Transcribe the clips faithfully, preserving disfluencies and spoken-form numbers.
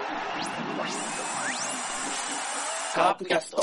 カープキャスト。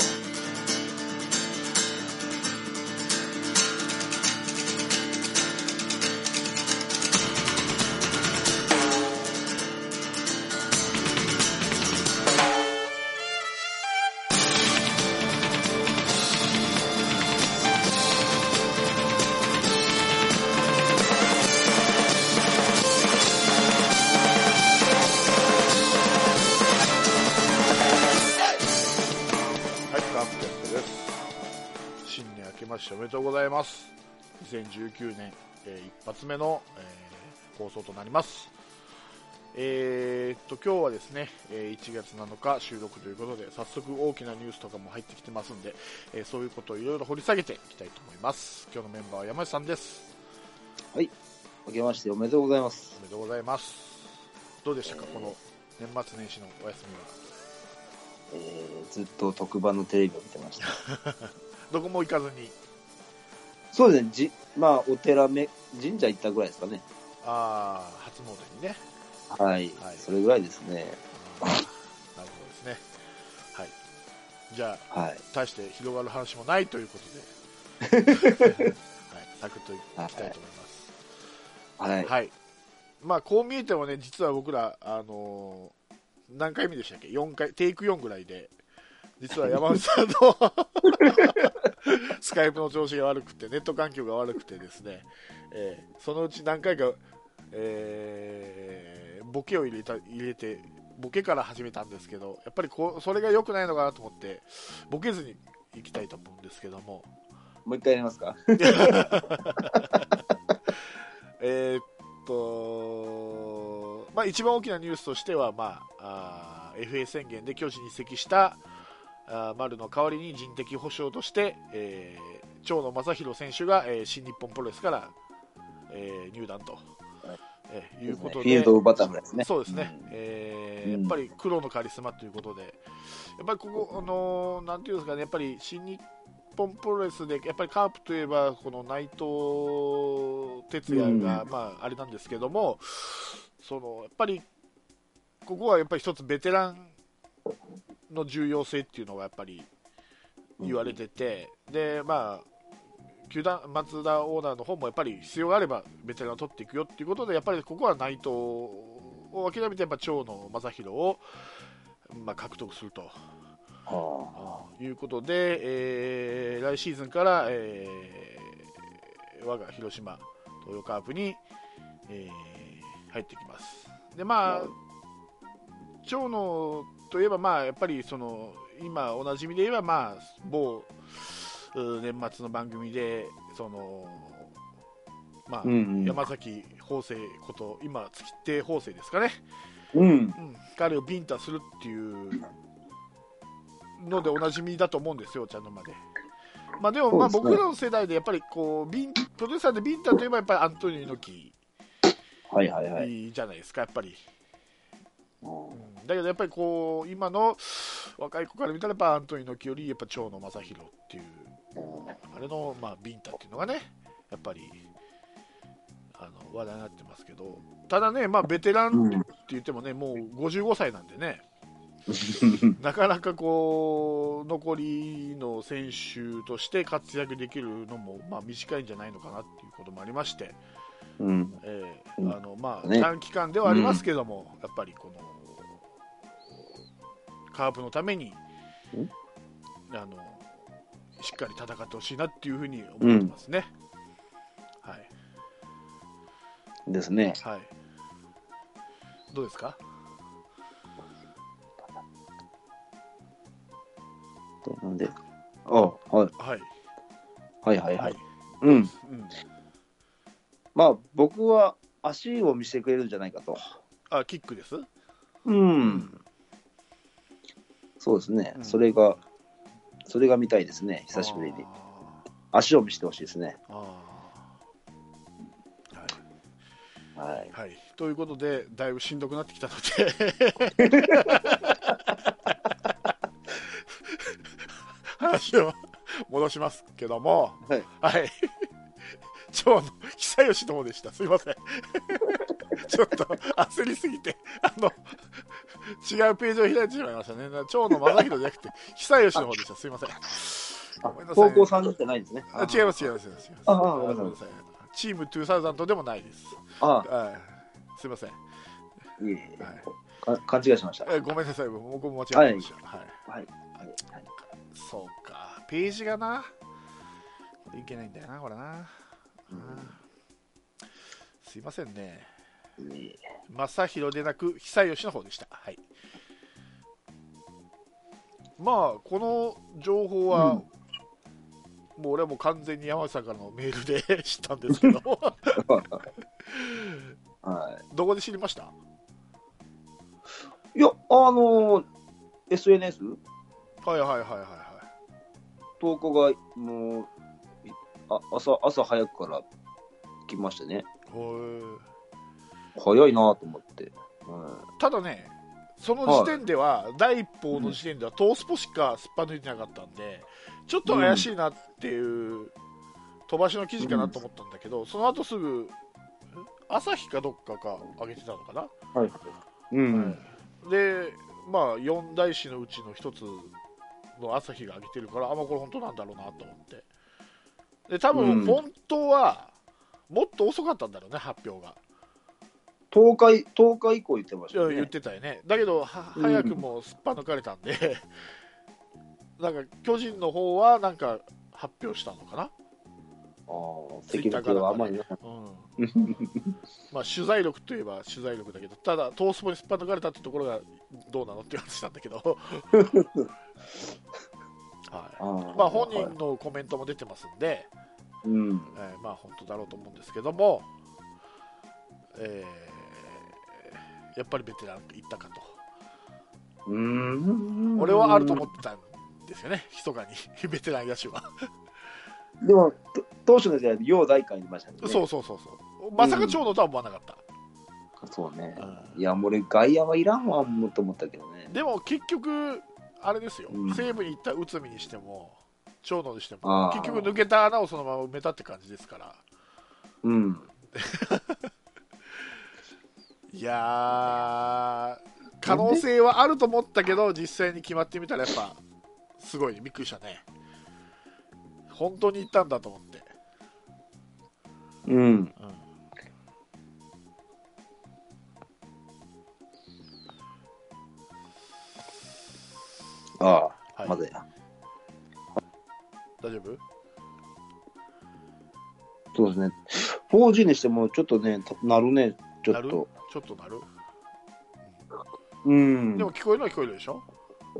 おめでとうございます。にせんじゅうきゅうねん、えー、一発目の、えー、放送となります。えー、っと今日はですねいちがつなのか収録ということで、早速大きなニュースとかも入ってきてますんで、えー、そういうことをいろいろ掘り下げていきたいと思います。今日のメンバーは山内さんです。 はい、明けましておめでとうございます。 おめでとうございます。どうでしたか、えー、この年末年始のお休みは。えー、ずっと特番のテレビを見てましたどこも行かずに。 そうですね、じまあお寺め神社行ったぐらいですかね。 ああ、初詣にね。 はい、はい、それぐらいですね。 なるほどですね。はい。じゃあ、はい、大して広がる話もないということで、はい、サクッといきたいと思います。 はい。 はい。まあこう見えてもね、実は僕らあのー、何回目でしたっけ？よんかい、テイクよんぐらいで。実は山内さんのスカイプの調子が悪くて、ネット環境が悪くてですね、えー、そのうち何回か、えー、ボケを入れた入れてボケから始めたんですけど、やっぱりこうそれが良くないのかなと思ってボケずにいきたいと思うんですけども、 もう一回やりますかえっと、まあ、一番大きなニュースとしては、まあ、あ エフエー 宣言で巨人に移籍した丸の代わりに人的保障として、えー、長野正弘選手が、えー、新日本プロレスから、えー、入団と、はい、えー、いうことで、 フィールドバタフライですね。 そうですね、うん、えー、やっぱり黒のカリスマということで、やっぱりここ、あのー、なんていうんですかね、やっぱり新日本プロレスでやっぱりカープといえばこの内藤哲也が、うん、まああれなんですけども、そのやっぱりここはやっぱり一つベテランの重要性っていうのがやっぱり言われてて、うん、でまあ球団松田オーナーの方もやっぱり必要があればベテランを取っていくよっていうことで、やっぱりここは内藤を諦めてやっぱ長野正弘を、まあ、獲得すると、はあ、いうことで、えー、来シーズンから、えー、我が広島東洋カープに、えー、入ってきます。でまあ長野といえば、まあやっぱりその今おなじみで言えば、まあ某年末の番組でその、まあ、うんうん、山崎邦生こと今月亭邦生ですかね、 うんうん、 彼をビンタするっていうのでおなじみだと思うんですよ、茶の間で。まあでもまあ僕らの世代でやっぱりこうビンプロデューサーでビンタといえばやっぱりアントニオ猪木、はいはいはい、じゃないですかやっぱり。うん、だけどやっぱりこう今の若い子から見たらやっぱアントニオ猪木よりやっぱ長野正弘っていうあれのまあビンタっていうのがねやっぱりあの話題になってますけど、ただねまあベテランって言ってもねもうごじゅうごさいなんでねなかなかこう残りの選手として活躍できるのもまあ短いんじゃないのかなっていうこともありまして、うんえーあのまあね、短期間ではありますけども、うん、やっぱりこのカープのためにあのしっかり戦ってほしいなっていうふうに思ってますね、うん、はいですね、 はい、どうですか？ なんであ、はい、はいはいはいはい、うん、うん、まあ僕は足を見せてくれるんじゃないかと。 あ、キックです。 うん、うん、そうですね、うん、それがそれが見たいですね。久しぶりに足を見せてほしいですね。あ、 はい、はいはい、ということでだいぶしんどくなってきたので話を戻しますけども、はい、はい、長野久義友でした。すいませんちょっと焦りすぎてあの違うページを開いてしまいましたね。長野正宏じゃなくて久吉の方でした。すいません。 ごめんなさい、ね、高校さんじゃないんですね。 あ、違います違います違います。 ああ、ごめんなさい。 チームにせんでもないです。 ああ、 はい、すいません。いえいえ、はい、か勘違いしました。 えごめんなさい、僕も間違えました。はい。はい。はい。はい、そうか、ページがな、いけないんだよな、これな。うん、すいませんね。正宏でなく久吉の方でした。はい。まあこの情報は、うん、もう俺はもう完全に山内さんからのメールで知ったんですけど、はい、どこで知りました？ いや、あの エスエヌエス？ はいはいはいはいはい。 投稿がもうあ 朝, 朝早くから来ましたね。早いなと思って、うん、 ただね、その時点では、はい、第一報の時点ではトースポしかすっぱ抜いてなかったんで、ちょっと怪しいなっていう、うん、飛ばしの記事かなと思ったんだけど、うん、その後すぐ朝日かどっかか上げてたのかな、 はい、うん、 はい、でまあよん大師のうちの一つの朝日が上げてるから、あ、まあ、これ本当なんだろうなと思って、で多分本当はもっと遅かったんだろうね、発表が。 とおか、とおか以降言ってましたね。 言ってたよね。だけどは早くもすっぱ抜かれたんで、うん、なんか巨人の方はなんか発表したのかな。ああ、ツイッターからはあまりな、うん、 まあ取材力といえば取材力だけど、ただトースポにすっぱ抜かれたってところがどうなのっていう話なんだけど、はい、あまあ本人のコメントも出てますんで、 うん、 えー、まあ本当だろうと思うんですけども、えー、やっぱりベテランって言ったかと。 うーん、 俺はあると思ってたんですよね、密かにベテラン野手は。 でも当初の時代で陽大会にいましたね。 そうそうそうそう。まさか長野とは思わなかった。 うん、そうね。うん、いや、もう俺外野はいらんわと思ったけどね。 でも結局あれですよ、うん、西武に行った内海にしても長野にしても結局抜けた穴をそのまま埋めたって感じですから。 うん。 いやー、可能性はあると思ったけど、実際に決まってみたらやっぱすごい、ね、びっくりしたね。本当に行ったんだと思って。 うん、うん、ああ、はい、まだや。 大丈夫？ そうですね。フォージー にしてもちょっとね、なるね、ちょっと。 ちょっとなる、 うん、 でも聞こえるのは聞こえるでしょ。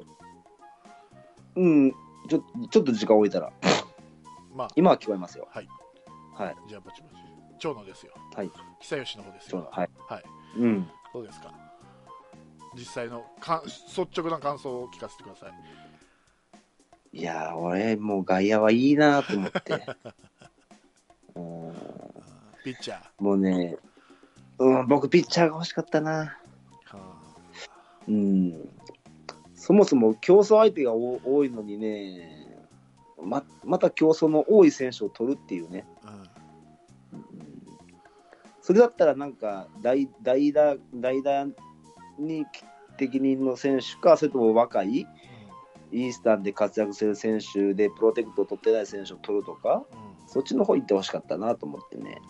うんちょ、ちょっと時間置いたら、まあ、今は聞こえますよ。 はい、 はい、 じゃあぼちぼち長野ですよ。 はい、 久吉の方ですよ。 はい、 はい、 うん、 どうですか、実際のか率直な感想を聞かせてください。 いやー、俺もう外野はいいなと思ってうん、 ピッチャーもうね、うん、僕ピッチャーが欲しかったな、はあ、うん、そもそも競争相手が多いのにね、 ま, また競争の多い選手を取るっていうね、うんうん、それだったらなんか代代打代打に適任の選手か、それとも若い、うん、イースタンで活躍する選手でプロテクトを取ってない選手を取るとか、うん、そっちの方行ってほしかったなと思ってね。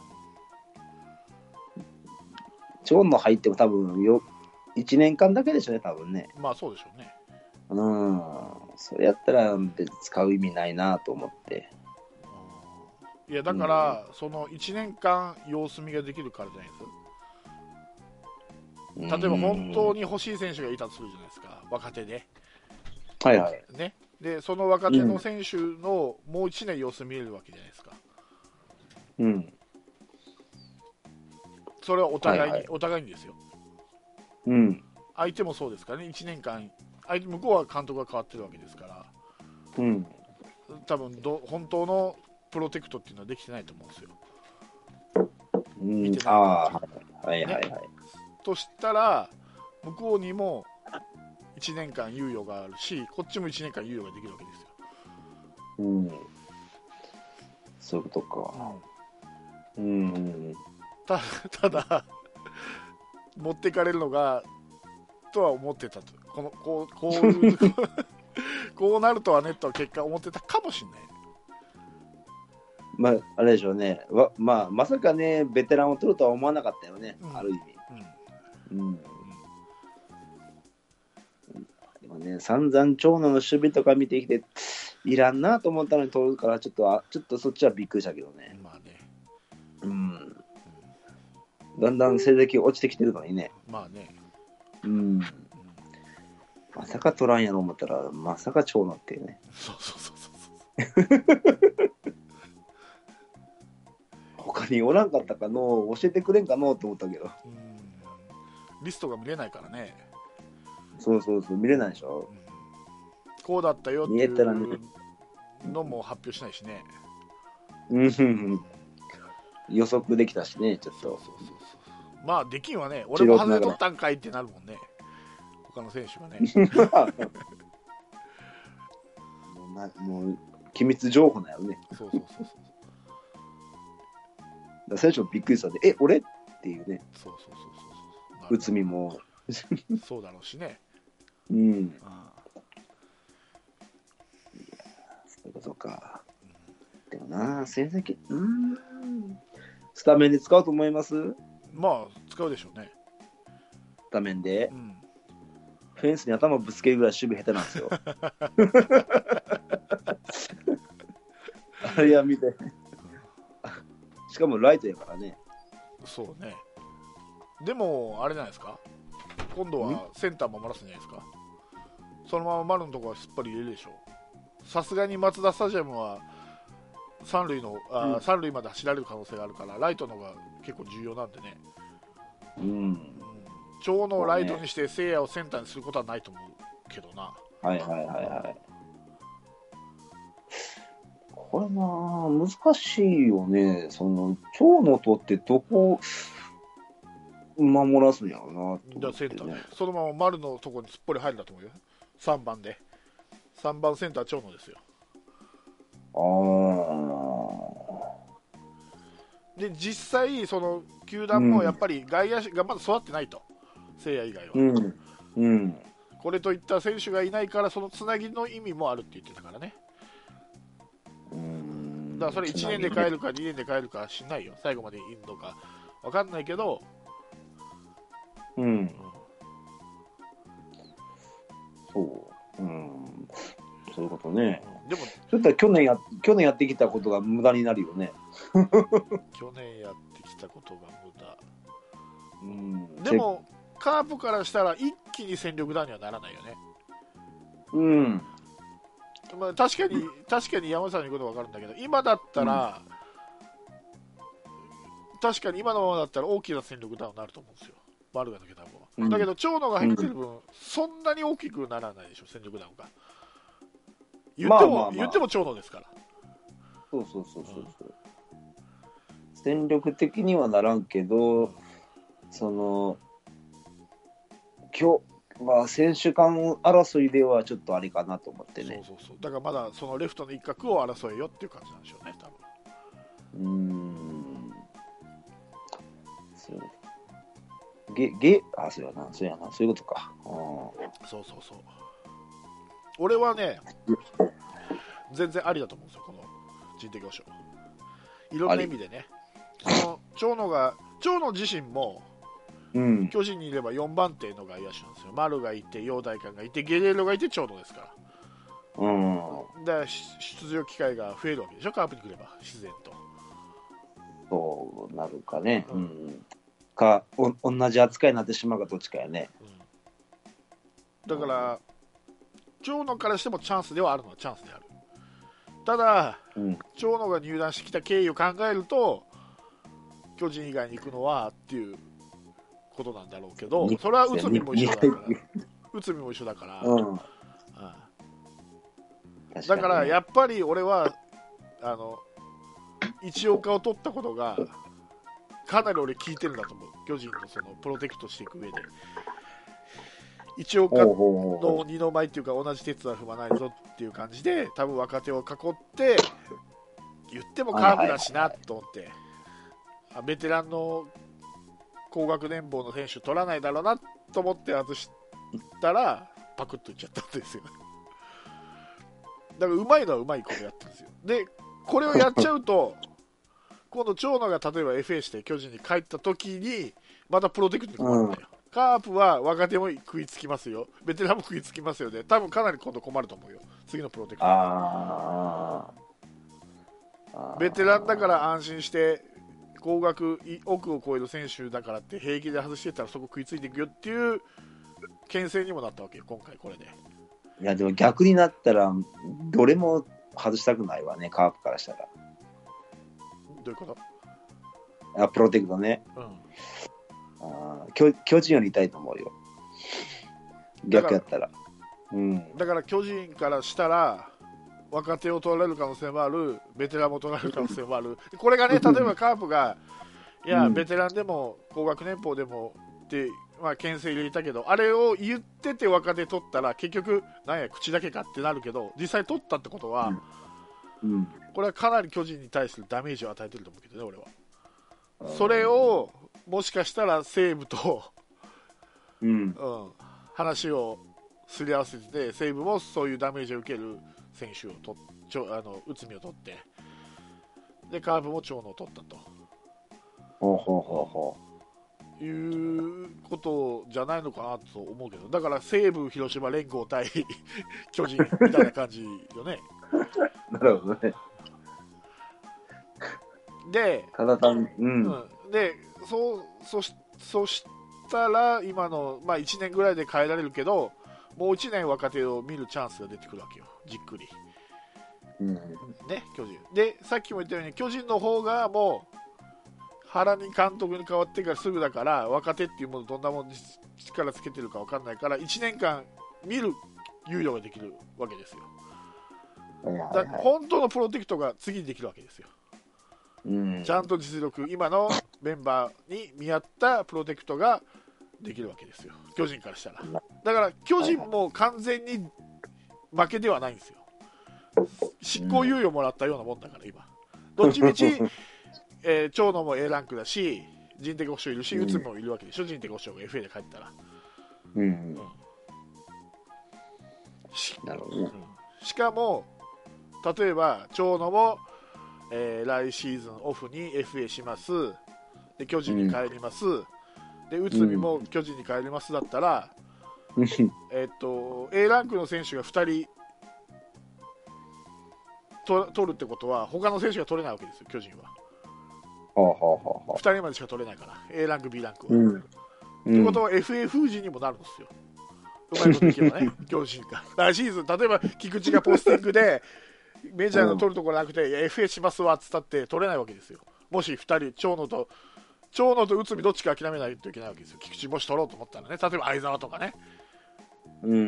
長野入っても多分よいちねんかんだけでしょうね、多分ね。 まあそうでしょうね。 うん、それやったら別に使う意味ないなと思って。 いやだから、うん、そのいちねんかん様子見ができるからじゃないです。例えば本当に欲しい選手がいたとするじゃないですか、若手で。 はいはい。 ね、でその若手の選手のもういちねん様子見れるわけじゃないですか。 うん。 それはお互いに、はいはい、お互いにですよ。 うん。 相手もそうですからね、いちねんかん相手向こうは監督が変わってるわけですから、 うん、 多分ど本当のプロテクトっていうのはできてないと思うんですよ。 うん、見てない。ああ、はいはいはい、ね。 としたら向こうにもいちねんかん猶予があるし、こっちもいちねんかん猶予ができるわけですよ。 うん、そういうことか。うん。 た, ただ持ってかれるのがとは思ってたと、このこうこういうこうなるとはねと結果思ってたかもしれない。 まあ、あれでしょうね。わまあ、まさかね、ベテランを取るとは思わなかったよね、 うん、 ある意味。うん。うん、でもね、散々長野の守備とか見てきて、いらんなと思ったのに取るから、ちょっと、あちょっとそっちはびっくりしたけどね。 まあね、 うん。だんだん成績落ちてきてるのにね。 まあね。 うん。まさか取らんやろ思ったら、まさか長野っていうね。 そうそうそうそう他におらんかったかの教えてくれんかのと思ったけど。 うん、リストが見れないからね。 そうそうそう、見れないでしょ。 うん、こうだったよってい見えたらねうのも発表しないしね。 うん。予測できたしね、ちょっと。 そうそうそうそう。まあできんはね、俺も外れとったんかいってなるもんね。他の選手がね。 もうな、もう機密情報だよね。 そうそうそうそう。 だ選手もびっくりしたんで、え、俺っていうね。 そうそうそうそう。 内海も。 そうだろうしね。 うん。 うん、 そういうことか。でもな、成績、うーん。スタメンで使うと思います？ まあ、使うでしょうね。 スタメンで。 うん、 フェンスに頭ぶつけるぐらい守備下手なんですよ。あれは見て。しかもライトやからね。 そうね。でも、あれじゃないですか。今度はセンター守らすんじゃないですか。そのまま丸のところはすっぱり入れるでしょう。さすがにマツダスタジアムは三塁のあ、うん、三塁まで走られる可能性があるから、ライトの方が結構重要なんでね。 うん。うん、 長野をライトにして聖夜をセンターにすることはないと思うけどな。 はいはいはいはい。これな難しいよね。その長野とってどこ守らすんやろうなと思って、ね。 じゃあセンター、そのまま丸のところにすっぽり入るんだと思うよ。さんばんで。さんばんセンター長野ですよ。 あで実際その球団もやっぱり外野手がまだ育ってないと、聖夜以外は、 うんうん、 これといった選手がいないからそのつなぎの意味もあるって言ってたからね。 うん、 だからそれいちねんで帰るかにねんで帰るかしないよ、最後までいるのか分かんないけど、 うん、うん、そう、うん、そういうことね。 でもそういったら去年や去年やってきたことが無駄になるよね。 去年やってきたことが無駄、 うん、 でもカープからしたら一気に戦力ダウンにはならないよね。 うん、 まあ、確かに確かに山下さんの言うことは分かるんだけど、今だったら、うん、確かに今のままだったら大きな戦力ダウンになると思うんですよ、丸が抜けた分は、うん、だけど長野が入ってる分、うん、そんなに大きくならないでしょ、戦力ダウンが。言っても、まあまあまあ、言っても長野ですから。 そうそうそうそうそう、うん、戦力的にはならんけど、うん、その今日、まあ、選手間争いではちょっとあれかなと思ってね。 そうそうそう、だからまだそのレフトの一角を争えよっていう感じなんでしょうね、多分。 うーん。そうゲゲあそうやなそうやなそういうことか。 うん、そうそうそう。俺はね全然ありだと思うんですよ、この人的保障。いろんな意味でね。その長野が長野自身も、うん、巨人にいればよんばん手の外野手なんですよ。丸がいて、陽大館がいて、ゲレーロがいて、長野ですから。うん、で出場機会が増えるわけでしょ、カープに来れば自然と。 そうなるかね。うん、かお同じ扱いになってしまうかどっちかやね。 うん、だから、長野からしてもチャンスではあるのはチャンスである。ただ、うん、長野が入団してきた経緯を考えると、巨人以外に行くのはっていうことなんだろうけど、それは内海も一緒だから、内海も一緒だから、うん、ああだからやっぱり俺はあの一岡を取ったことがかなり俺効いてるんだと思う。巨人のそのプロテクトしていく上で、一岡の二の舞っていうか同じ鉄は踏まないぞっていう感じで、多分若手を囲って言ってもカープだしなと思って、ベテランの高学年俸の選手取らないだろうなと思って外したらパクッといっちゃったんですよ。だからうまいのはうまいことやってるんですよ。でこれをやっちゃうと今度長野が例えば エフエー して巨人に帰った時にまたプロテクトに困るんだよ、うん、カープは若手も食いつきますよ、ベテランも食いつきますよね。多分かなり今度困ると思うよ、次のプロテクト。ああ、ベテランだから安心して高額億を超える選手だからって平気で外してたらそこ食いついていくよっていう牽制にもなったわけよ今回これで。 いやでも逆になったらどれも外したくないわね、カープからしたら。 どういうこと？ あ、プロテクトね、うん、あ、巨、巨人より痛いと思うよ逆やったら。うん、 だから巨人からしたら若手を取られる可能性もある、ベテランも取られる可能性もある。これがね、例えばカープがいや、うん、ベテランでも高額年俸でもってまあ牽制入れたけど、あれを言ってて若手取ったら結局なんや口だけかってなるけど、実際取ったってことは、うんうん、これはかなり巨人に対するダメージを与えてると思うけどね俺は。それをもしかしたら西武と、うんうん、話をすり合わせてて、西武もそういうダメージを受ける選手をとちょあの内海を取ってでカープも長野を取ったと。 ほうほうほうほういうことじゃないのかなと思うけど、だから西武広島連合対巨人みたいな感じよね。 なるほどね。 で、 ただ単に、うん、 うん、で、そうそしそしたら今のまあいちねんぐらいで変えられるけど、もういちねん若手を見るチャンスが出てくるわけよ、じっくり。うん、ね、巨人でさっきも言ったように巨人の方がもう原に監督に変わってからすぐだから若手っていうものどんなものに力つけてるか分かんないからいちねんかん見る猶予ができるわけですよ。はいはいはい、だ本当のプロテクトが次にできるわけですよ、うん、ちゃんと実力今のメンバーに見合ったプロテクトができるわけですよ巨人からしたら。だから巨人も完全に負けではないんですよ。執行猶予もらったようなもんだから今どっちみちえー、長野も A ランクだし人的保障いるし、内海もいるわけでしょ、人的保障が エフエー で帰ったら、うんうん、し, なるほど、ね、うん、しかも例えば長野も、えー、来シーズンオフに エフエー しますで巨人に帰ります、うん、で内海も巨人に帰りますだったら、うん、えー、っと A ランクの選手がふたりと取るってことは他の選手が取れないわけですよ巨人は。はあはあはあ、ふたりまでしか取れないから A ランク B ランクは、うん、ということは エフエー 封じにもなるんですよ、うまいこといけばね巨人が来シーズン例えば菊池がポスティングでメジャーの取るところなくて、うん、エフエー しますわっつったって取れないわけですよ。もしふたり長野と長野と内海どっちか諦めないといけないわけですよ。菊池もし取ろうと思ったらね、例えば相澤とかね、うん、うん、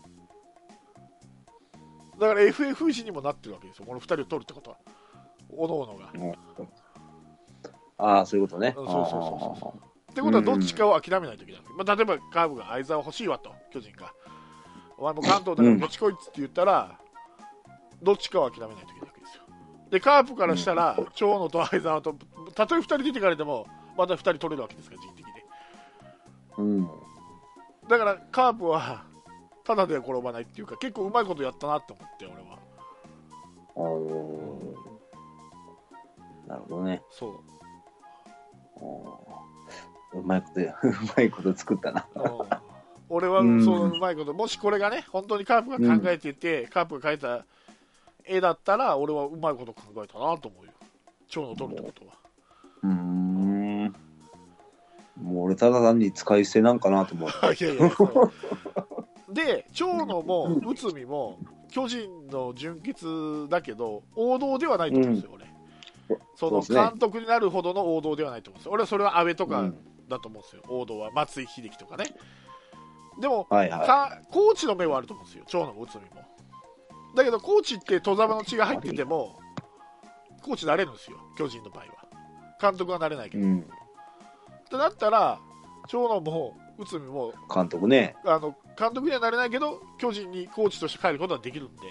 だから エフエー 封じにもなってるわけですよ、このふたりを取るってことはおのおのが、うん、 ああそういうことね、 うん、そうそうそうそうってことはどっちかを諦めないといけない、うん、まあ、例えばカーブが相澤欲しいわと巨人がお前も関東だからこっち来いっつって言ったら、うん、どっちかを諦めないといけないわけですよ。でカープからしたら、うん、長野と相澤とたとえふたり出てからでもまたふたり取れるわけですから人的で、うん、だからカープはただでは転ばないっていうか結構うまいことやったなって思って俺は。あー、 うん、なるほどね。 そううまいことうまいこと作ったな俺はそのうまいこと、もしこれがね本当にカープが考えていて、うん、カープが描いた絵だったら俺はうまいこと考えたなと思うよ、長野取るってことは。うーん、 もう俺ただ単に使い捨てなんかなと思っていやいやで長野も内海も巨人の純潔だけど王道ではないと思うんですよ、うん、俺その監督になるほどの王道ではないと思うんですよ。俺はそれは阿部とかだと思うんですよ、うん、王道は松井秀喜とかね。でも、はいはい、かコーチの目はあると思うんですよ長野も内海も。だけどコーチって戸沢の血が入っててもコーチなれるんですよ巨人の場合は。監督はなれないけど、うん、ってなったら長野も内海も監督ね、 あの監督にはなれないけど巨人にコーチとして帰ることはできるんで、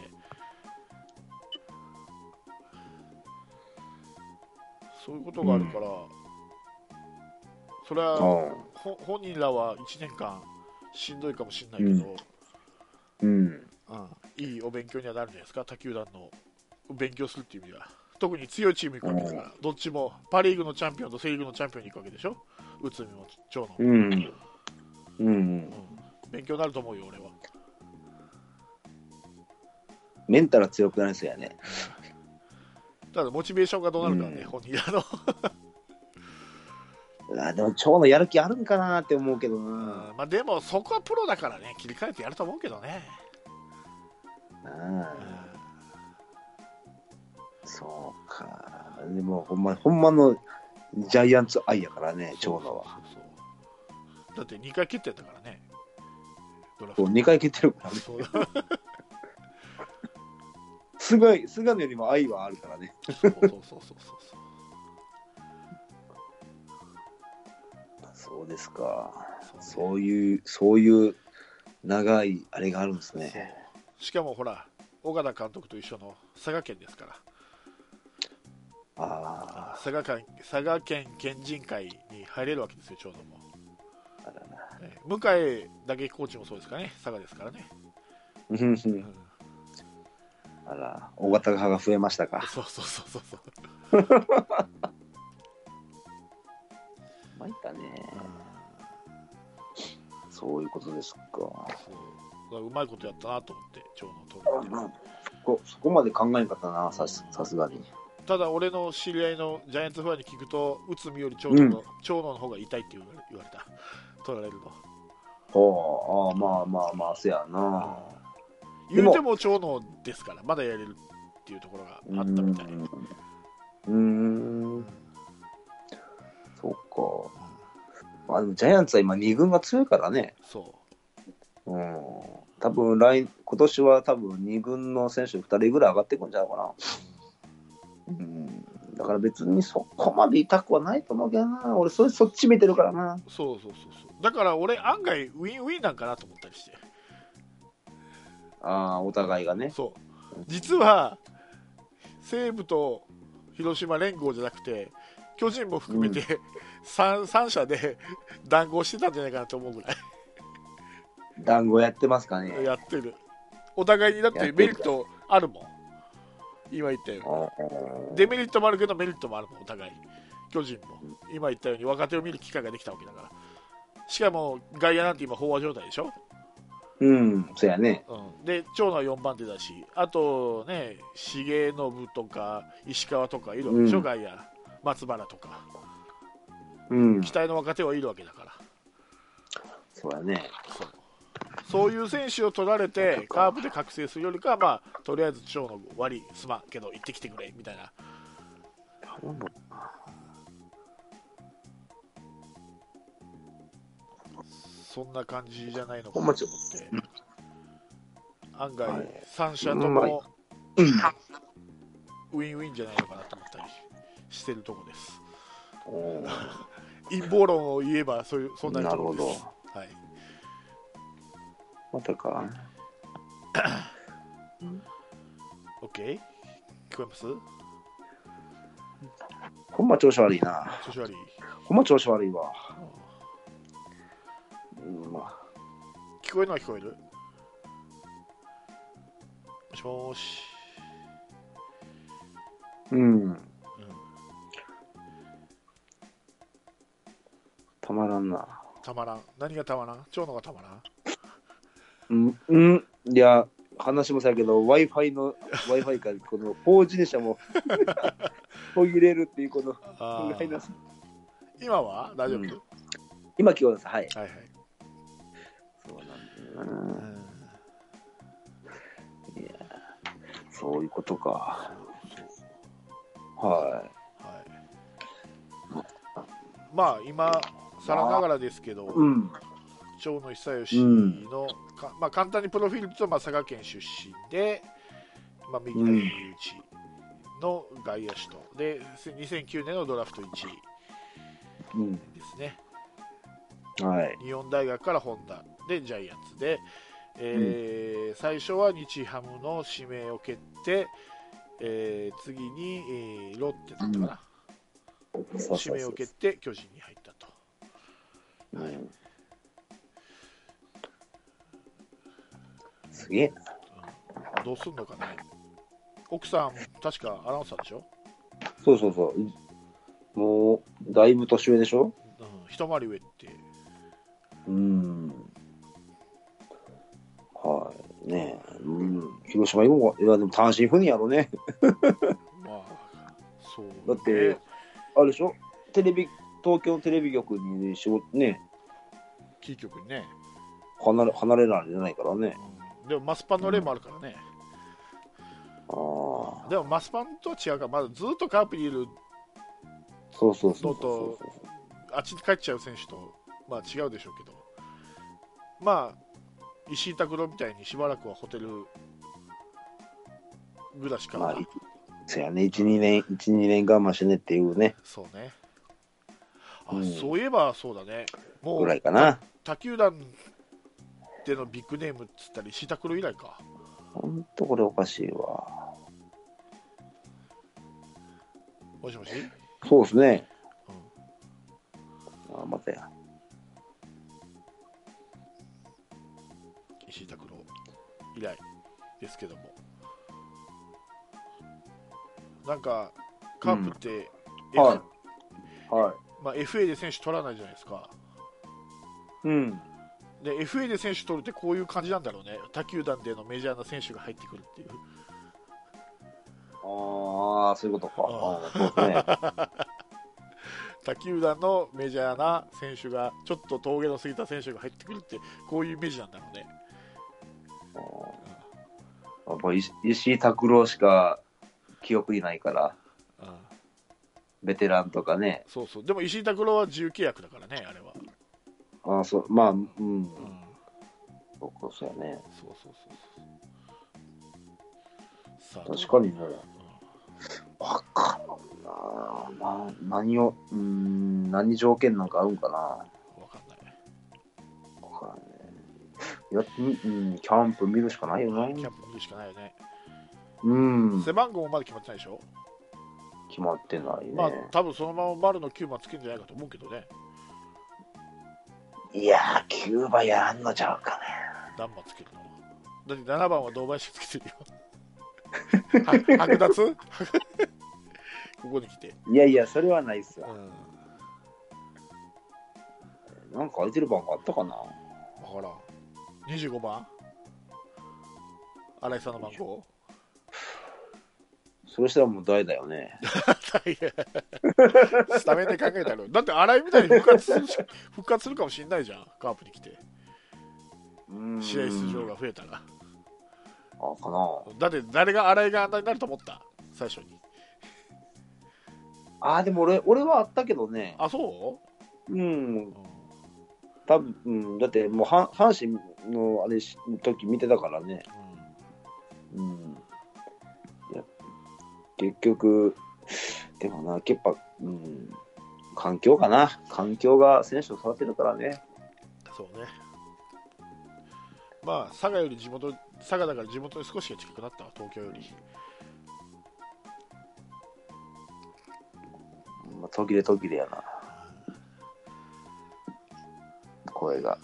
そういうことがあるから、うん、それは本人らはいちねんかんしんどいかもしれないけど、 うん。 うん、いいお勉強にはなるんじゃないですか、他球団の勉強するっていう意味では。特に強いチーム行くわけだから、どっちもパ・リーグのチャンピオンとセ・リーグのチャンピオンに行くわけでしょ、内海も長野も、 うん。うん。 うん、勉強になると思うよ、俺は。 メンタル強くなりそうやね。 ただ、モチベーションがどうなるかね、うん、本人あのあでも、長野やる気あるんかなって思うけどな、うんまあ、でも、そこはプロだからね、切り替えてやると思うけどね。 ああ、うん、そうか。でも、ほんま、ほんまのジャイアンツ愛やからね、長野は。そうそうそう、だってにかい蹴ってんだからね。 ドラフトにかい蹴ってるからね。菅菅野よりも愛はあるからね。 そうそうそうそうそう。 そうですか。そういう、そういう長いあれがあるんですね。 しかもほら、岡田監督と一緒の佐賀県ですから。 ああ。 佐賀県、佐賀県県人会に入れるわけですよ、ちょうども。あらら、えー、向井だけコーチもそうですかね、佐賀ですからね。 うん。あら、大型派が増えましたか。 そうそうそうそうそう。 参ったね。そういうことですか。 そううまいことやったなと思って、長野と思って。そこ、そこまで考えんかったな、さす、さすがに。 ただ、俺の知り合いのジャイアンツファンに聞くと、内海より長野の、うん、長野の方が痛いって言われ、言われた。取られるの。 ほう、ああ、まあまあまあ、せやな。 言うても長野ですから、まだやれるっていうところがあったみたい。うーん。そうか。まあでもジャイアンツは今に軍が強いからね。 そう。 うん。多分来、今年は多分に軍の選手ふたりぐらい上がってくんじゃないかな。うん。だから別にそこまで痛くはないと思うけどな。俺それそっち見てるからな。 そうそうそうそう。だから俺案外ウィンウィンなんかなと思ったりして。 ああ、お互いがね。 そう。実は西武と広島連合じゃなくて巨人も含めて、うん、3, 3社で談合してたんじゃないかなと思うぐらい。 談合やってますかね。 やってる。お互いにだってメリットあるもん。今言ったようにデメリットもあるけどメリットもあるもん、お互い。巨人も今言ったように若手を見る機会ができたわけだから。しかも外野なんて今飽和状態でしょ。 うん、そうやね。 うん、で長野はよんばん手だし、あとね、重信とか石川とかいるわけでしょ、うん、外野、松原とか、うん、期待の若手はいるわけだから。 そうやね。 そう、そういう選手を取られてカーブで覚醒するよりかは、まあ、とりあえず長野悪いすまんけど行ってきてくれみたいな。そんな感じじゃないのかなと思って、案外さん社ともウィンウィンじゃないのかなと思ったりしてるとこです。陰謀論を言えばそういう、そんなところです。なるほど、はい、 またか OK？ 聞こえます？ ほんま調子悪いな。 調子悪い。 ほんま調子悪いわ。うんまあ、 聞こえるのは聞こえる？もしもーし。 うん。うん、たまらんな。 たまらん。何がたまらん？長野がたまらん？ うん、うん、いや、話もさやけど、Wi-Fi の、Wi-Fi か、この フォージー 車も途切れるっていう、この、 今は大丈夫、うん、 今、今日です。はい。 はいはい。 そうなんだよな。うん、いや、そういうことか。はい。はい。 まあ、今、さらながらですけど、 うん、 長野久義の、うん、まあ、簡単にプロフィールと、まあ、佐賀県出身で、まあ、右投げ打ちの外野手と、でにせんきゅうねんのドラフトいちいですね、 うん、はい、 日本大学からホンダでジャイアンツで、えーうん、最初は日ハムの指名を蹴って、えー、次に、えー、ロッテだったかな、うん、指名を蹴って巨人に入ったと、はい、 すげえな。 うん、どうすんのかね。奥さん、確かアナウンサーでしょ。 そうそうそう。もう、だいぶ年上でしょ。 うん、一回り上って。 うーん。はい。ねえ。うん。広島行こうか。いや、でも単身赴任やろね。 まあ、そう、ね。 だって、あれでしょ、テレビ、東京テレビ局に仕事ね、 キー局にね。 離れ、離れられないからね。 うん、でもマスパンの例もあるからね。 うん、ああ。 でもマスパンとは違うから、まだずっとカープにいるそうそうそうのと、あっちに帰っちゃう選手と、まあ違うでしょうけど、まあ、石井拓郎みたいにしばらくはホテルぐらいしか。 まあ、そうやね、いち、にねん、いち、にねん我慢しねっていうね。 そうね。あ、 うん、 そういえばそうだね。もう、 ぐらいかな。 他球団でのビッグネームっつったら石井拓郎以来か。 ほんとこれおかしいわ。 もしもし。 そうですね。 うん、 あ、またや。 石井拓郎以来ですけども、なんかカープって、 うん、F、はい、はい、 まあ、エフエー で選手取らないじゃないですか。 うん。 で エフエー で選手取るってこういう感じなんだろうね。他球団でのメジャーな選手が入ってくるっていう。 ああ、そういうことか。ああ、そうですね。 他球団のメジャーな選手がちょっと峠の過ぎた選手が入ってくるってこういうイメージなんだろうね。 あ、やっぱ石井拓郎しか記憶にないから、 うん、 ベテランとかね。 そうそう。でも石井拓郎は自由契約だからね、あれは。 ああ、そう、まあ、うん。うん、そうそうやね。 そうそうそうそう。 確かにね。わ、うん、かんな、まあ、何を、うん、何条件なんかあるんかな。わかんない。 わかんない。やってみ、うん、キャンプ見るしかないよな。 キャンプ見るしかないよね。 うん。 背番号もまだ決まってないでしょ。 決まってないね。 まあ、多分そのまま丸のきゅうばんつけるんじゃないかと思うけどね。 いやー、きゅうばんやらんのちゃうかね。 何番つけるの。だってななばんは堂林つけてるよ。剥奪ここに来て。 いやいや、それはないっすわ。 うん、 なんか空いてる番があったかな。 わからん。にじゅうごばん新井さんの番号。 それしたらもう大だよね。 スタメンで考えたの。だって新井みたいに復活する復活するかもしれないじゃん、カープに来て。試合出場が増えたら。 あ、かな。 だって誰が新井があんなになると思った、最初に。 ああ、でも俺俺はあったけどね。 あ、そう？うん。うん、 多分、うん、だってもう阪神のあれの時見てたからね。うん。うん、いや結局でもな、やっぱ、うん、環境かな。環境が選手を育てるからね。 そうね。まあ佐賀より地元、佐賀だから地元に少し近くなったわ、東京より。 まあ、途切れ途切れやな、声が。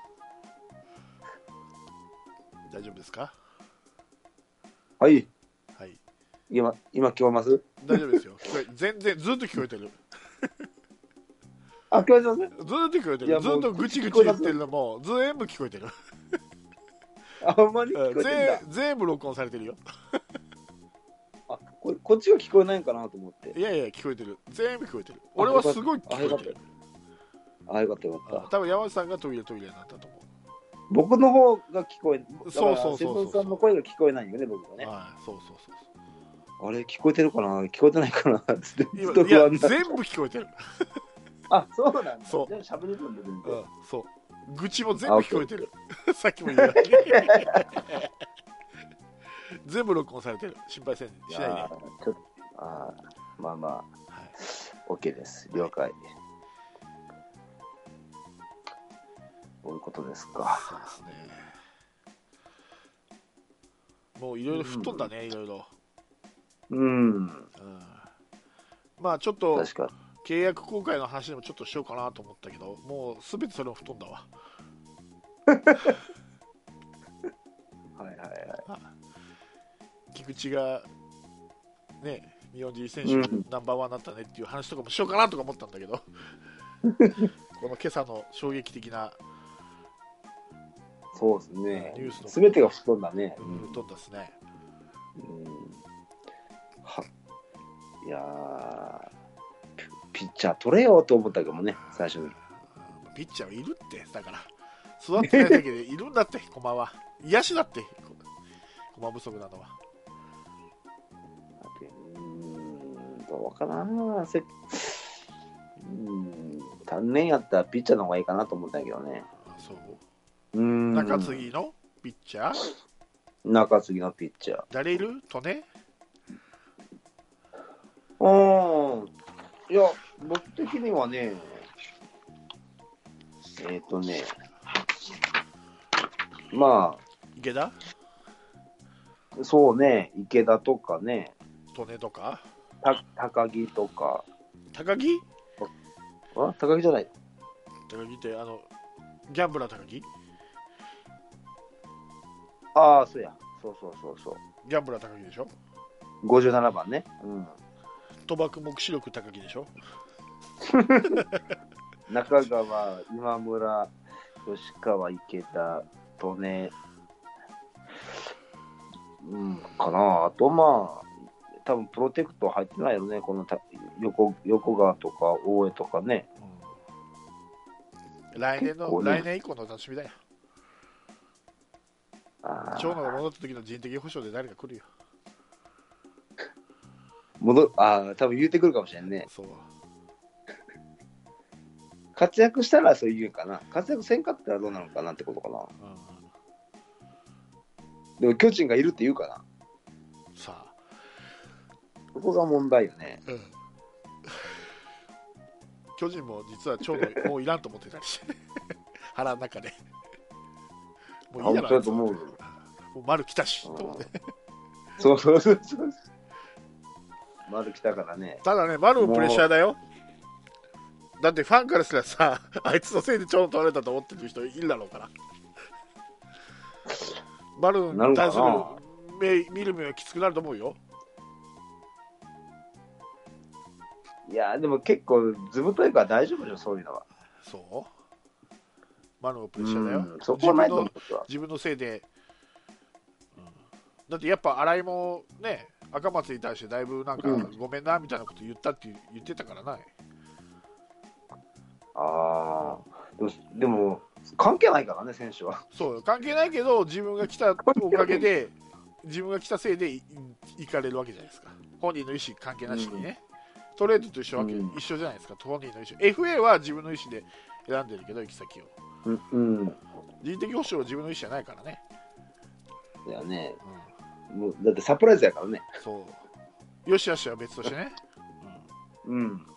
大丈夫ですか？ はい。 はい。 今、今聞こえます？ 大丈夫ですよ。聞こえ、全然ずっと聞こえてる。 あ、聞こえてますね。 ずっと聞こえてる。ずっとぐちぐち言ってるのも全部聞こえてる。 あ、ほんまに聞こえてるんだ。 全部録音されてるよ。 あ、ここっちが聞こえないんかなと思って。 いやいや、聞こえてる。全部聞こえてる。俺はすごい聞こえてる。 あ、よかったよかった。 多分山内さんがトイレトイレになったと思う。 僕の方が聞こえ、 そうそうそうそう。 瀬戸さんの声が聞こえないよね、僕はね。 はい、そうそうそう。 あれ、聞こえてるかな、聞こえてないかなって。 いや、全部聞こえてる。 あ、そうなんだ。 そう。 じゃあ喋れるんだ、全然。 うん、そう。愚痴も全部聞こえてる。さっきも言った。全部録音されてる。心配せんしないで。 ちょっと、あ、まあまあ、はい、OK です。了解。こういうことですか。 そうですね。もういろいろ吹っ飛んだね、いろいろ。 うん。うん。 まあちょっと確か契約更改の話でもちょっとしようかなと思ったけど、もうすべてそれも吹っ飛んだわ。 はいはいはい。 菊池がね日本人選手うんナンバーワンになったねっていう話とかもしようかなとか思ったんだけどこの今朝の衝撃的なそうですねニュースのすべてが吹っ飛んだね、 うん吹っ飛んだですね。 うんはいやーピピッチャー取れよと思ったけどもね最初に。 ピッチャーはいるってだから育ってないだけでいるんだって駒は癒しだって駒不足なのは。 うーんどうかなせうん単年やったらピッチャーの方がいいかなと思ったけどね。 そううーん中継ぎのピッチャー中継ぎのピッチャー誰いるとね。 うーんいや僕的にはねえっ、ー、とねま池田あそうね池田とかねとねとかた高木とか高木あ高木じゃない高木ってあのギャンブラー高木ああそうやそうそうそうそうギャンブラー高木でしょ。 ごじゅうななばんねうん賭博目視力高木でしょ。 中川今村吉川池田とねうんかなあとまあ多分プロテクト入ってないよねこのた 横, 横川とか大江とかね、 うん、来年の、 ね、 来年以降の楽しみだよ。 あ長野が戻った時の人的保障で誰か来るよ。 戻あ多分言うてくるかもしれんね。 そう活躍したらそう言うかな活躍せんかったらどうなのかなってことかな、うん、でも巨人がいるって言うかなさあそこが問題よね、 うん、巨人も実は長野もういらんと思ってたりして腹の中でもういいやなと思う。もう丸来たし、うん、と思ってそうそうそうそう丸来たからね。 ただね丸もプレッシャーだよ。だってファンからすらさあいつのせいで長野取られたと思ってる人いるだろうから丸に対する目見る目はきつくなると思うよ。 いやでも結構ずぶといから大丈夫でしょそういうのは。 そう丸もプレッシャーだよ、 うん、そこはないと思う。 自分のせいで、うん、だってやっぱ新井もね赤松に対してだいぶなんか、うん、ごめんなみたいなこと言ったって言ってたからな。 ああでも、でも関係ないからね選手は。 そう関係ないけど自分が来たおかげで自分が来たせいで行かれるわけじゃないですか。本人の意思関係なしにね、うん、トレードと一緒わけ、うん、一緒じゃないですか。本人の意思 エフエー は自分の意思で選んでるけど行き先を、 うんうん、 人的保障は自分の意思じゃないからね。 いやね、うん、もうだってサプライズやからね。 そうよしよしは別としてね。 うん、うん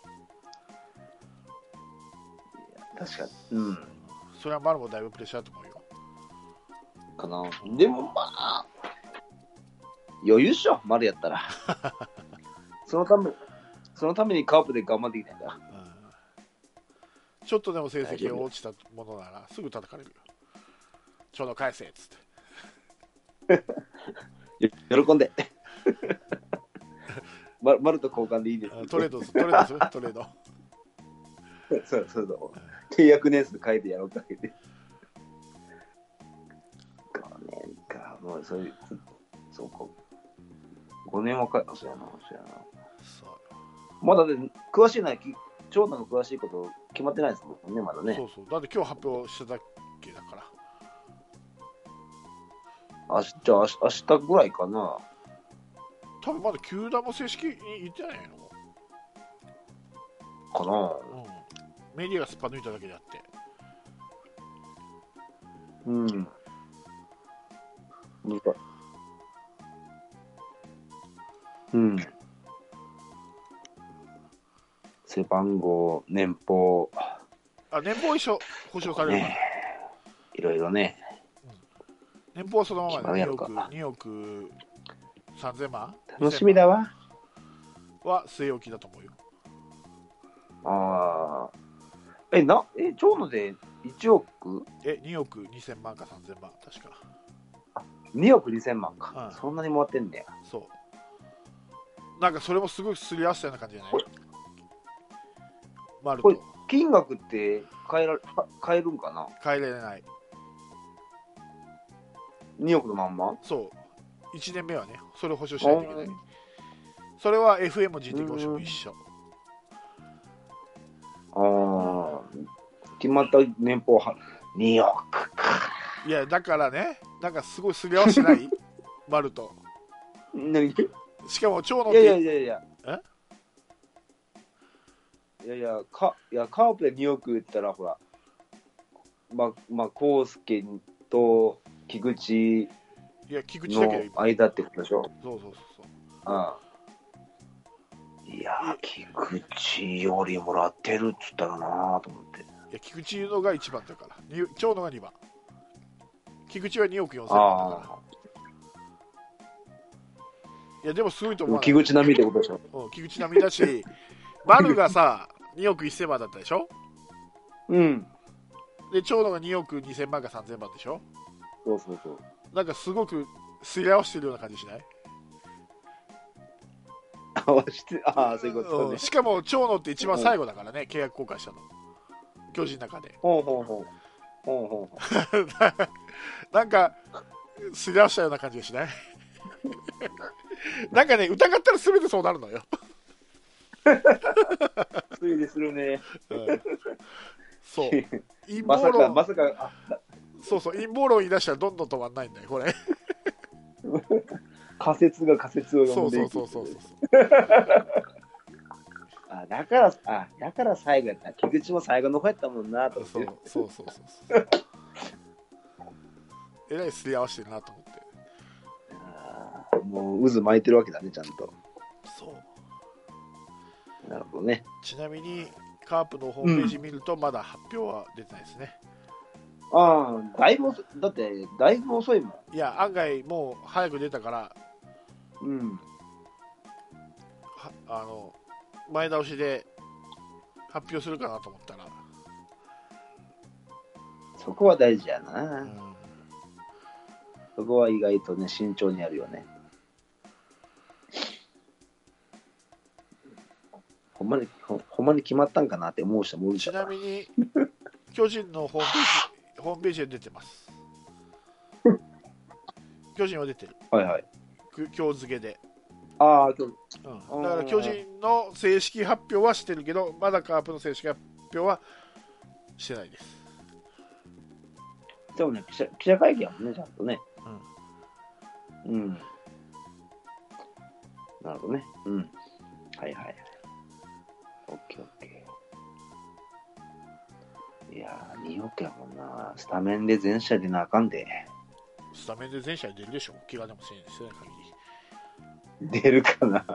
確かに、うん、 それは丸もだいぶプレッシャーだと思うよ。 かな。でもまあ余裕っしょ丸やったらそのためそのためにカープで頑張ってきたんだ、 うん、ちょっとでも成績が落ちたものならすぐ叩かれるよ。ちょうど返せっつって喜んで丸と交換でいいですトレードするトレードするトレードそうそうそう契約年数変えてやろうかけてごねんかもうそういうそうかごねんはかそうやなそうやなそうまだで詳しいな長男の詳しいこと決まってないですもんねまだね。 そうそうだって今日発表してたっけだからあじゃあ明日ぐらいかな。 多分まだ球団も正式に言ってないのかな、 うん、メディアがすっぱ抜いただけであって。 うん。うん。背番号、年俸。 あ、年俸一緒保証されるから、ね。 いろいろね。 うん、年俸はそのままでにおく、におくさんぜんまん楽しみだわ。 は据え置きだと思うよ。 ああ。え、な、え、長野でいちおくえ、におくにせんまんかさんぜんまん、確か。 あ、 におくにせんまんか、 うん、 そんなにもらってんだよ。 そうなんかそれもすごいすり合わせたような感じじゃないマルこれと金額って変えら変えるんかな。 変えられない。 におくのまんま。 そういちねんめはねそれを保証しないといけない。それは エフエー も人的保証も一緒。 ああ、決まった年俸はにおくか。 いやだからねなんかすごいすり合わせてないマルと。 何。 しかも長野っいやいやていやいやえいやいやかいやカープでにおく言ったらほらままあ康介と菊池いや菊池だけどの今間ってことでしょ。 そうそうそうそうああ、いやー菊池よりもらってるっつったらなーと思って。 いや菊池のがいちばんだからに長野がにばん。菊池はにおくよんせんまんだから。いやでもすごいと思う。 菊池並みってことでしょ。 うん、菊池並みだし丸がさにおくせんまんだったでしょ。 うんで長野がにおくにせんまんかさんぜんまんでしょ。 そうそうそう。 なんかすごくすり合わせてるような感じしない。 合わせて、ああそういうことね、 うん、しかも長野って一番最後だからね、うん、契約更改したの巨人の中で。 ほうほうほうほうほうなんかすり合わせたような感じがしないなんかね疑ったら全てそうなるのよ推理するね、 うん、そう陰まさ謀論かまさかあそうそう陰謀論言い出したらどんどん止まんないんだよこれ仮説が仮説をそ読んでいく。 うそうそうそうそうあだからあだから最後やった。菊池も最後の方やったもんなと思って。 そうそうそうそうそうえらいすり合わせてるなと思って。 あもう渦巻いてるわけだねちゃんと。 そうなるほどね。 ちなみにカープのホームページ見るとまだ発表は出てないですね、 うん、ああだいぶ遅だってだいぶ遅いもん。 いや案外もう早く出たからうんはあの前倒しで発表するかなと思ったら、 そこは大事やな、 うん、 そこは意外とね慎重にやるよね。ほんまに ほ, ほんまに決まったんかなって思う人もいるちから。 なみに巨人のホームページホームページで出てます巨人は出てる、 はいはい。 今日付けで、 ああ、今日うん、だから巨人の正式発表はしてるけどまだカープの正式発表はしてないです。 でもね記者、記者会見やもんね、ちゃんとね。 うん。 うん。なるほどね。うん。はいはいはい。オッケーオッケー。いやー、におくやもんな。スタメンで全試合出なあかんで。 スタメンで全試合出るでしょ、怪我でもせんしてない限出るかな。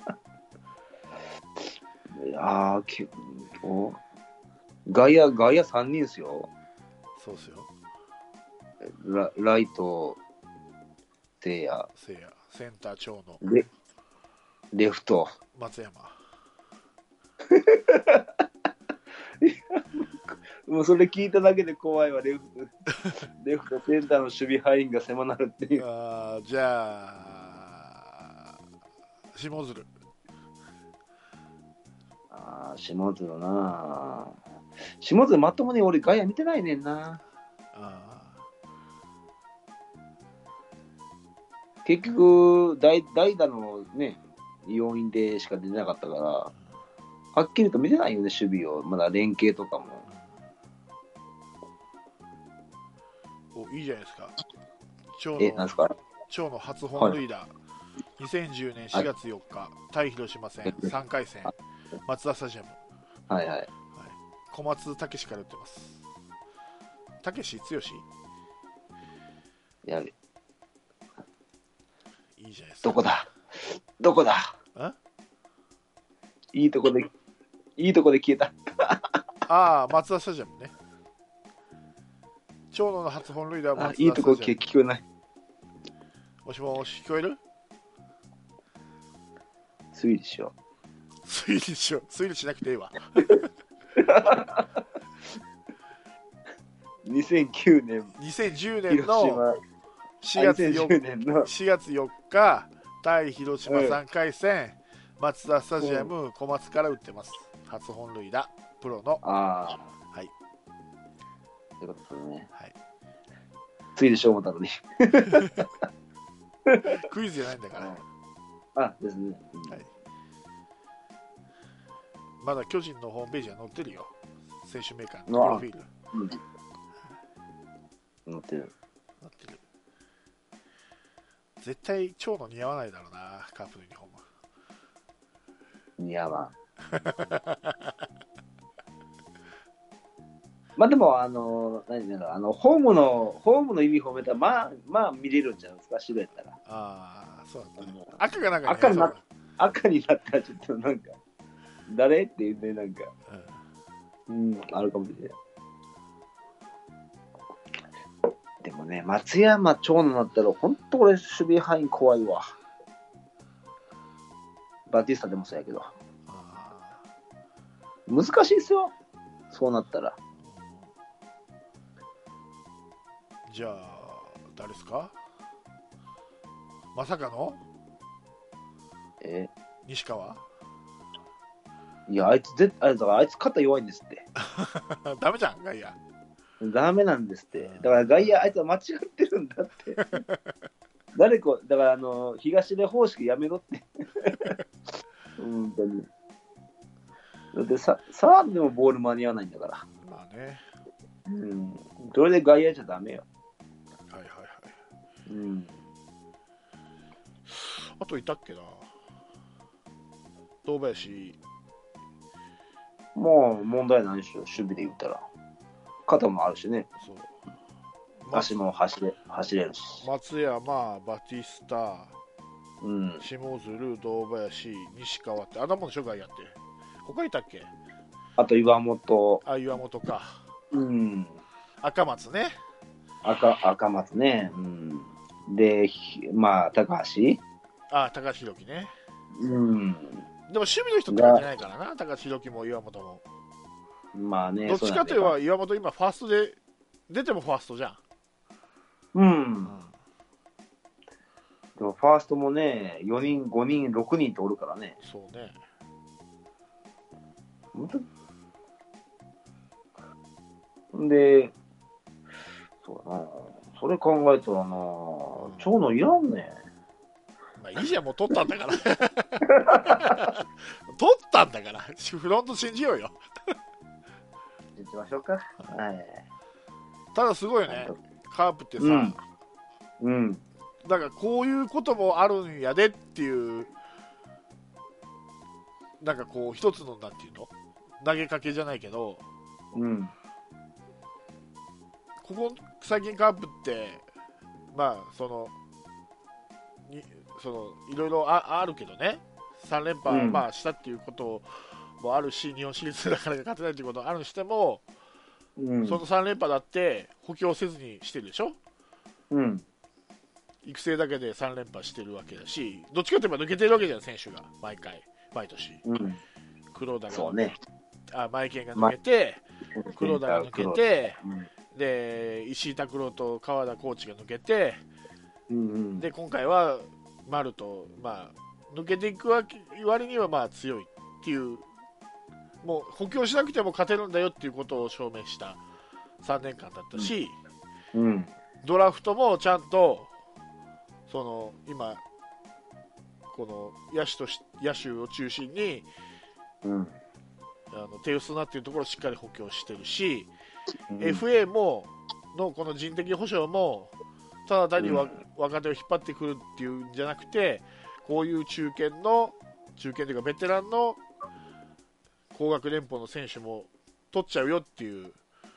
いやー、きお外野、外野さんにんですよ。 り。そうっすよ。 ラライト、せいや。 せいや、センター長野。 レレフト。 松山。 もうそれ聞いただけで怖いわ、レフト、レフト、センターの守備範囲が狭なるっていう。 あじゃあ、下鶴。 ああ、下鶴な。下鶴まともに俺外野見てないねんな。 あ結局代、代打のね、要因でしか出てなかったから、はっきりと見てないよね、守備を。まだ連携とかも。 おいいじゃないですか。長え、なん野すか長野初本塁打、はい、にせんじゅうねんしがつよっか、対広島戦さんかい戦、松田スタジアム。 はいはい。はい、 小松武史から打ってます。武史剛やる。 いいじゃないですか。 どこだどこだいいとこで、いいとこで消えた。 ああ、松田スタジアムね。長野の初本塁打は松田スタジアム。 いいとこ聞こえない。 もしもし、聞こえる？ 推理しよう。推理しよう。推理しなくていいわ。 にせんきゅうねん。 にせんじゅうねんのしがつよっかにせんじゅうねんのしがつよっか対広島さんかいせん、マツダスタジアム小松から打ってます。初本塁打プロの。 ああ、 はい。 ということですね。 はい。 次でしょう思ったのに。 クイズじゃないんだからあ、ですね。うん、 はい。まだ巨人のホームページは載ってるよ。選手メーカーのプロフィール。 うん、載ってる。 載ってる。絶対蝶の似合わないだろうな、カープのユニフォーム。 似合わん。まあでも、あの、何だろう、あの、ホームの、ホームのユニフォームやったら、まあ、まあ見れるんじゃないですか、白やったら。 ああ、そうなんだ、ね。赤がなんか、 ね、赤にな、赤になったらちょっとなんか、誰っていうね、なんか、うん、うん、あるかもしれない。でもね、松山長野になったら、本当俺、守備範囲怖いわ。バティスタでもそうやけど。難しいですよ、そうなったら。 じゃあ、誰ですか？まさかのえ西川？ いや、あいつ絶対、あいつ肩弱いんですって。 ダメじゃん、外野。 ダメなんですって。だから外野、あいつは間違ってるんだって。誰か、だからあの、東出方式やめろって。本当に。だってさ、サードでもボール間に合わないんだから。 まあね。 うん。それで外野じゃダメよ。 はいはいはい。 うん。 あといたっけな。堂林。 もう問題ないでしょ、守備で言ったら。肩もあるしね。 そう。 足も走れ走れるし。 松山、バティスタ、 うん、 下鶴、堂林、西川って、あんなもんでしょ、外野って。他いたっけ？ あと岩本。 あ、岩本か。 うん。 赤松ね。 赤赤松ね。うん。で、まあ、高橋。 あ、高橋宏樹ね。 うん。 でも守備の人って感じないからな、高橋宏樹も岩本も。 まあね。 どっちかといえば岩本今ファーストで出てもファーストじゃん。 うん。うん、でもファーストもね、よにん、ごにん、ろくにんとおるからね。 そうね。 で、そうだな。それ考えたらな、長野いらんね。 まあいいじゃん、もう取ったんだから。取ったんだから、フロント信じようよ。 信じましょうか。はい。 ただすごいよね、カープってさ、 うん。うん、 だからこういうこともあるんやでっていう、なんかこう、一つのなんていうの、投げかけじゃないけど、 うん、 ここ最近カープって、まあそのにそのいろいろ あ, あるけどね、さん連覇、まあ、したっていうこともあるし、日本シリーズだから勝てないということがあるにしても、うん、そのさん連覇だって補強せずにしてるでしょ、うん、育成だけでさん連覇してるわけだし、どっちかといえば抜けてるわけじゃん、選手が毎回毎年、うん、黒田が、ね、あマイケンが抜けて、ま、黒田が抜けて、うん、で石井拓郎と川田コーチが抜けて、うんうん、で今回は丸と、まあ、抜けていく割にはまあ強いっていう、もう補強しなくても勝てるんだよっていうことを証明したさんねんかんだったし、うんうん、ドラフトもちゃんとその今この野手とし野手を中心に、うん、あの手薄なっていうところをしっかり補強してるし、うん、エフエー ものこの人的保障もただ単に、うん、若手を引っ張ってくるっていうんじゃなくて、こういう中堅の中堅というかベテランの高額年俸の選手も取っちゃうよっていう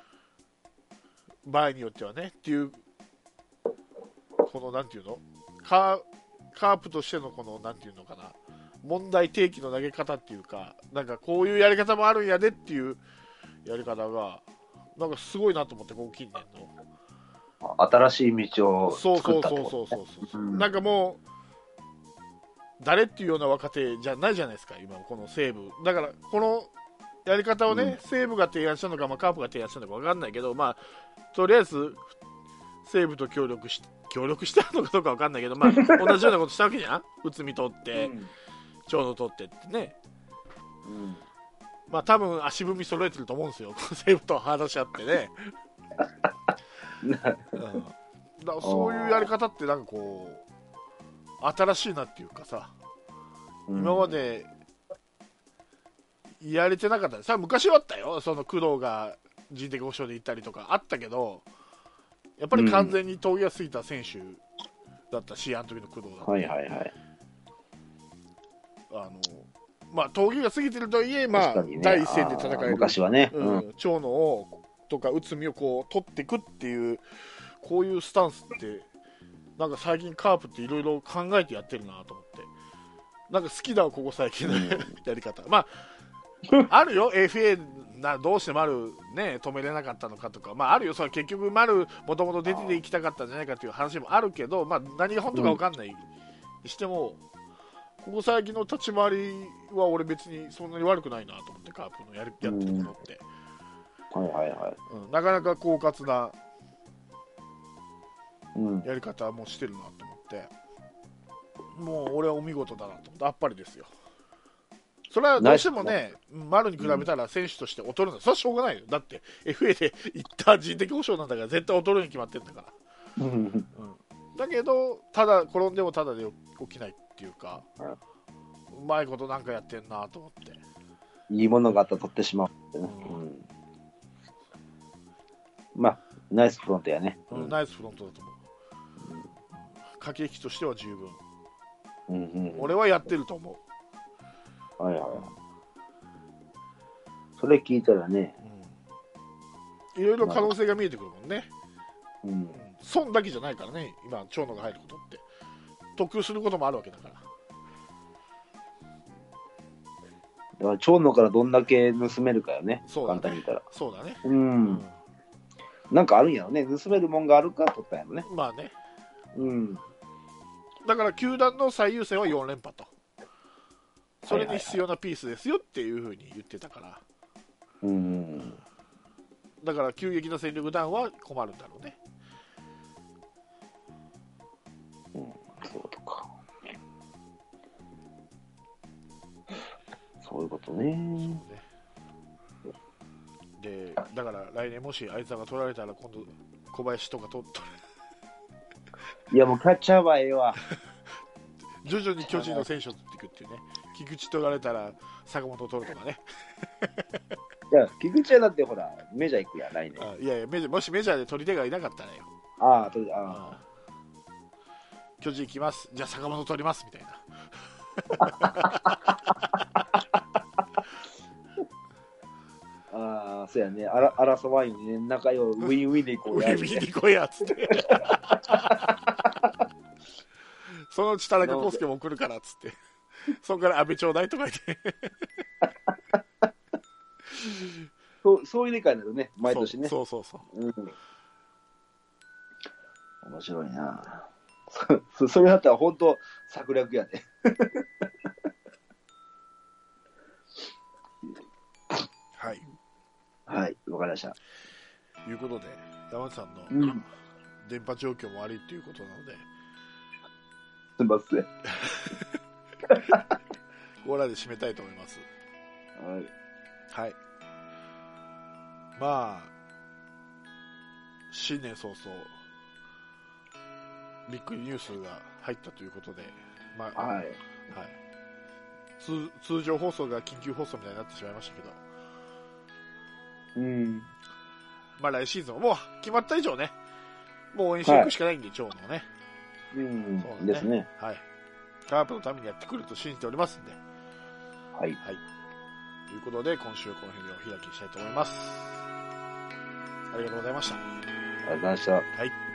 場合によってはねっていう、このなんていうのカー、カープとしてのこのなんていうのかな、問題提起の投げ方っていうか、なんかこういうやり方もあるんやでっていうやり方がなんかすごいなと思って、ここ近年の新しい道を作ったってこと、ね、 そうそうそうそうそう、うん、なんかもう誰っていうような若手じゃないじゃないですか今この西武だから、このやり方をね、うん、西武が提案したのか、まあ、カープが提案したのか分かんないけど、まあとりあえず西武と協力し協力してるのかどうかわかんないけど、まあ、同じようなことしたわけじゃん。内海取って、うん、長野取ってってね。うん、まあ多分足踏み揃えてると思うんですよ。西武と話し合ってね。うん、だからそういうやり方ってなんかこう新しいなっていうかさ、うん、今までやれてなかったさ。昔はあったよ、その工藤が人的保障で行ったりとかあったけど、やっぱり完全に峠が過ぎた選手だったし、うん、あの時の工藤だった、 はいはいはい、 あのまあ峠が過ぎてるとはいえ、まあ、ね、第一線で戦える昔はね、 うん、長野をとか内海をこう取っていくっていうこういうスタンスってなんか最近カープっていろいろ考えてやってるなと思って、なんか好きだわここ最近の、うん、やり方。まああるよ エフエー などうして丸ね止めれなかったのかとか、まああるよ、それ結局丸もともと出ていきたかったんじゃないかという話もあるけど、まあ何が本当か分かんないにしても、うん、ここ最近の立ち回りは俺別にそんなに悪くないなと思って、カープのやるやってるものって、 うんはいはいはいうん、なかなか狡猾なやり方もしてるなと思って、もう俺はお見事だなと思って、あっぱれですよ。それはどうしてもね、丸に比べたら選手として劣るのは、それはしょうがないよ。だって エフエー で行った人的保障なんだから絶対劣るに決まってるんだから、うん、だけどただ転んでもただで起きないっていうか、うまいことなんかやってんなと思って、 いいものがあったら取ってしまうってね、うんうん、まあナイスフロントやね、 うん、ナイスフロントだと思う、うん、駆け引きとしては十分、うんうん、俺はやってると思う。 はいはい、それ聞いたらね、 うん、いろいろ可能性が見えてくるもんね、うん、損だけじゃないからね、今長野が入ることって得することもあるわけだから。 だから長野からどんだけ盗めるかよね、 そうだね、 簡単に言ったら。 そうだね、 うん、うん、なんかあるんやろね、盗めるもんがあるから取ったんやろね。 まあね、 うん、 だから球団の最優先はよん連覇と、それに必要なピースですよっていう風に言ってたから、うん、だから急激な戦力ダウンは困るんだろうね、 うん、そうとか、そういうことね。 そうね。でだから来年もしあいつらが取られたら今度小林とか取っとるいやもうキャッチャーはええわ徐々に巨人の選手を取っていくっていうね。菊池取られたら坂本を取るとかねいや菊池はだってほらメジャー行くや来年。 あいやいやメジャーもしメジャーで取り手がいなかったらよ、 ああ取りああ巨人行きます、じゃあ坂本取りますみたいなああそうやね、あら争わんようにね、仲良いウィンウィンで行こうや、 ウィンウィンで行こうやつってそのうち田中康介も来るからっつってそんから安倍ちょうだいとか言ってそうそういう理解になるね、毎年ね。 そうそうそうそう、うん、 面白いなそ, それだったら本当策略やねはいはいわかりました。 ということで山内さんの、うん、電波状況も悪いということなので、 すみませんここらで締めたいと思います。 はい、 はい、まあ新年早々びっくりニュースが入ったということで、まあはいはい、 通, 通常放送が緊急放送みたいになってしまいましたけど、 うん、 まあ来シーズンもう決まった以上ね、もう応援していくしかないんで、長、はい、野ね、 うん、そうね、ですね。 はい。カープのためにやってくると信じておりますんで。 はい。 はい。ということで、今週この辺でお開きしたいと思います。ありがとうございました。 ありがとうございました。はい。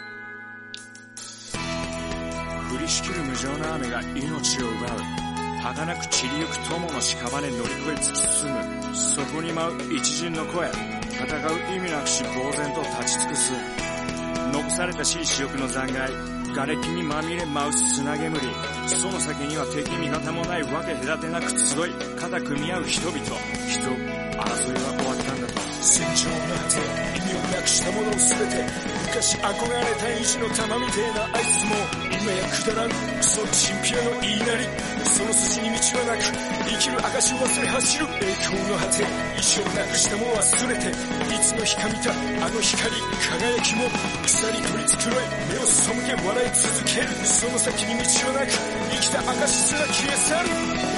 降りしきる無情な雨が命を奪う。儚く散りゆく友の屍乗り越え突き進む。そこに舞う一陣の声。戦う意味なくし呆然と立ち尽くす。残されたしい死力の残骸。瓦礫にまみれ舞う砂煙。その先には敵味方もないわけ隔てなく集い肩組み合う人々。人争いは終わったんだと。戦場なんて意味をなくくしたものすべて、昔憧れた意地の玉みてえなあいつも今やくだらんクソチンピラの言いなり、その筋に道はなく生きる証を忘れ走る栄光の果て、意志をなくしたもの忘れて、いつの日か見たあの光輝きも草に取り繕い目を背け笑い続ける、その先に道はなく生きた証すら消え去る。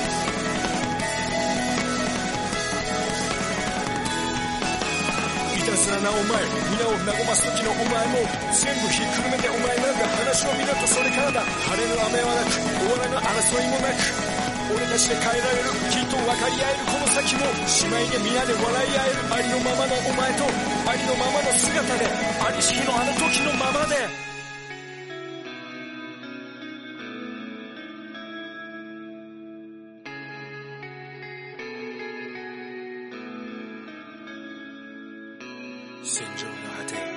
いたずらなお前、皆を和ます時のお前も全部ひっくるめてお前なんだ、話を見ろとそれからだ。晴れる雨はなく終わらぬ争いもなく、俺たちで変えられる、きっと分かり合えるこの先も、姉妹で皆で笑い合える、ありのままのお前とありのままの姿で、ありし日のあの時のままで。戦場の果て